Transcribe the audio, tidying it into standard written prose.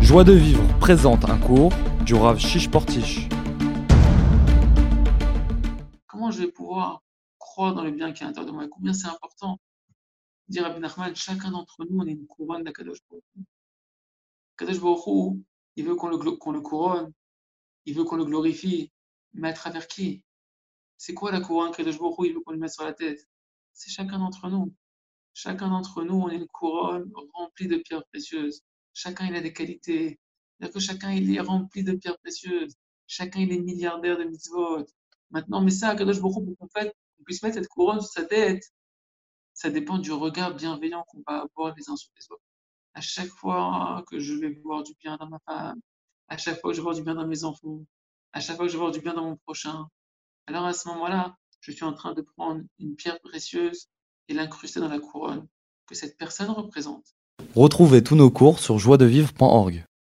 Joie de vivre présente un cours du Rav Shish Portish. Comment je vais pouvoir croire dans le bien qui est à l'intérieur de moi? Et combien c'est important? Dit Rabbi Nachman, chacun d'entre nous, on est une couronne d'Akadosh Baruch Hu. Kadosh Baruch Hu, il veut qu'on le couronne, il veut qu'on le glorifie, mais à travers qui? C'est quoi la couronne Kadosh Baruch Hu, il veut qu'on le mette sur la tête? C'est chacun d'entre nous. Chacun d'entre nous, on est une couronne remplie de pierres précieuses. Chacun, il a des qualités. C'est-à-dire que chacun, il est rempli de pierres précieuses. Chacun, il est milliardaire de mitzvot. Maintenant, mais ça, Kadosh Baruch Hu, pour qu'on puisse mettre cette couronne sur sa tête, ça dépend du regard bienveillant qu'on va avoir les uns sur les autres. À chaque fois que je vais voir du bien dans ma femme, à chaque fois que je vais voir du bien dans mes enfants, à chaque fois que je vais voir du bien dans mon prochain, alors à ce moment-là, je suis en train de prendre une pierre précieuse et l'incruster dans la couronne que cette personne représente. Retrouvez tous nos cours sur joiedevivre.org.